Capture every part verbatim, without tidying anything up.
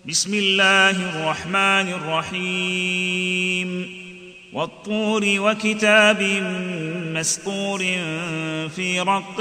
بسم الله الرحمن الرحيم والطور وكتاب مسطور في رق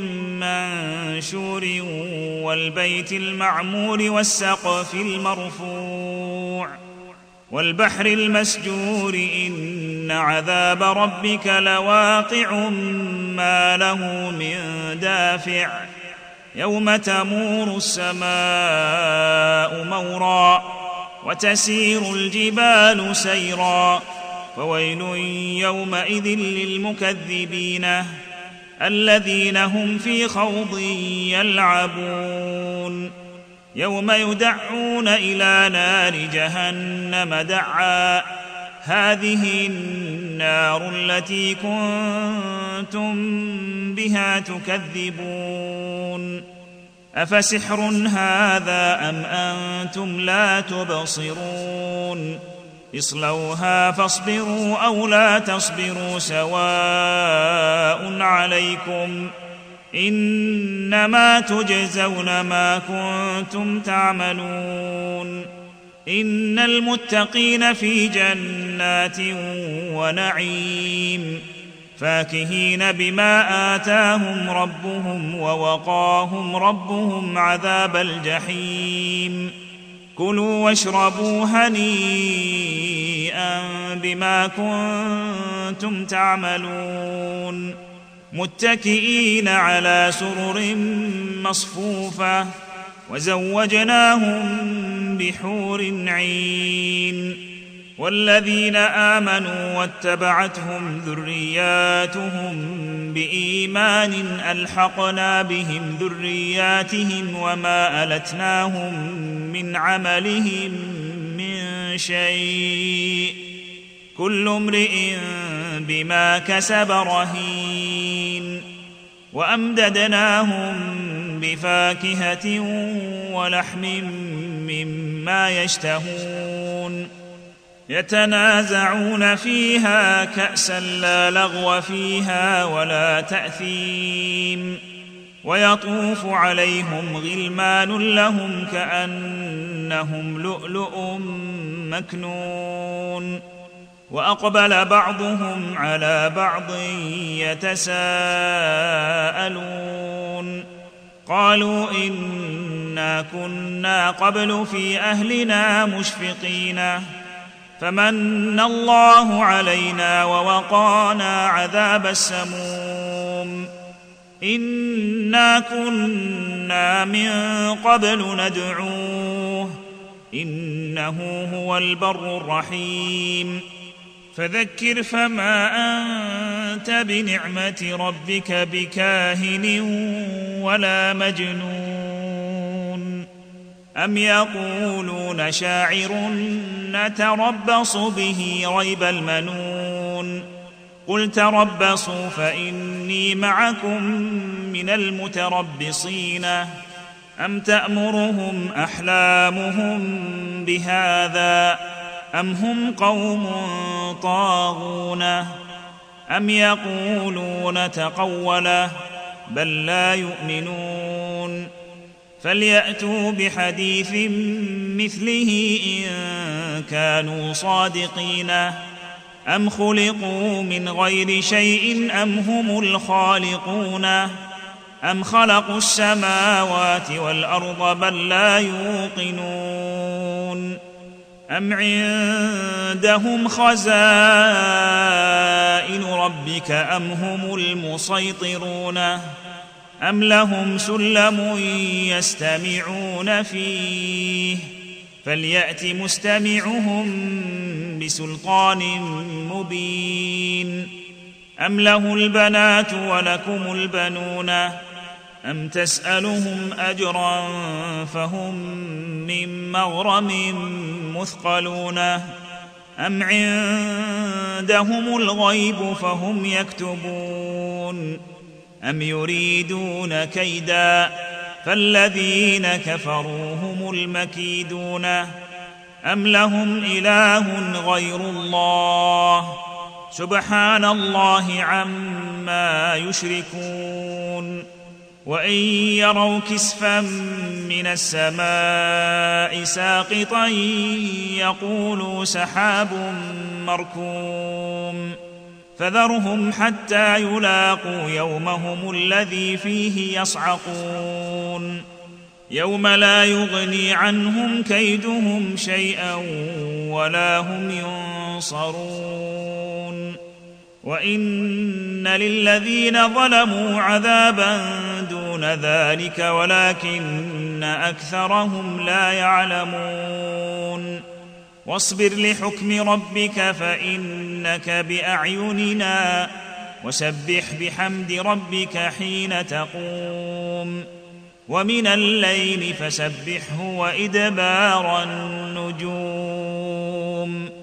منشور والبيت المعمور والسقف المرفوع والبحر المسجور إن عذاب ربك لواقع ما له من دافع يوم تمور السماء مورا وتسير الجبال سيرا فويل يومئذ للمكذبين الذين هم في خوض يلعبون يوم يدعون إلى نار جهنم دعا هذه النار التي كنتم بها تكذبون أفسحر هذا أم أنتم لا تبصرون اصلوها فاصبروا أو لا تصبروا سواء عليكم إنما تجزون ما كنتم تعملون إن المتقين في جنات ونعيم فاكهين بما آتاهم ربهم ووقاهم ربهم عذاب الجحيم كلوا واشربوا هنيئا بما كنتم تعملون متكئين على سرر مصفوفة وزوجناهم بحور عين والذين آمنوا واتبعتهم ذرياتهم بإيمان ألحقنا بهم ذرياتهم وما ألتناهم من عملهم من شيء كل امرئ بما كسب رهين وأمددناهم بفاكهة ولحم مما يشتهون يتنازعون فيها كأسا لا لغو فيها ولا تأثيم ويطوف عليهم غلمان لهم كأنهم لؤلؤ مكنون وأقبل بعضهم على بعض يتساءلون قالوا إنا كنا قبل في أهلنا مشفقين فمن الله علينا ووقانا عذاب السموم إنا كنا من قبل ندعوه إنه هو البر الرحيم فذكر فما أنت بنعمة ربك بكاهن ولا مجنون أم يقولون شاعر نتربص به ريب المنون قل تربصوا فإني معكم من المتربصين أم تأمرهم أحلامهم بهذا أم هم قوم طاغون أم يقولون تقوله بل لا يؤمنون فليأتوا بحديث مثله إن كانوا صادقين أم خلقوا من غير شيء أم هم الخالقون أم خلقوا السماوات والأرض بل لا يوقنون أم عندهم خزائن ربك أم هم المسيطرون أم لهم سلم يستمعون فيه فليأت مستمعهم بسلطان مبين أم له البنات ولكم البنون أم تسألهم أجرا فهم من مغرم مثقلون أم عندهم الغيب فهم يكتبون أم يريدون كيدا فالذين كفروا هم المكيدون أم لهم إله غير الله سبحان الله عما يشركون وإن يروا كسفا من السماء ساقطا يقولوا سحاب مركوم فذرهم حتى يلاقوا يومهم الذي فيه يصعقون يوم لا يغني عنهم كيدهم شيئا ولا هم ينصرون وإن للذين ظلموا عذابا دون ذلك ولكن أكثرهم لا يعلمون واصبر لحكم ربك فإنك بأعيننا وسبح بحمد ربك حين تقوم ومن الليل فسبحه وإدبار النجوم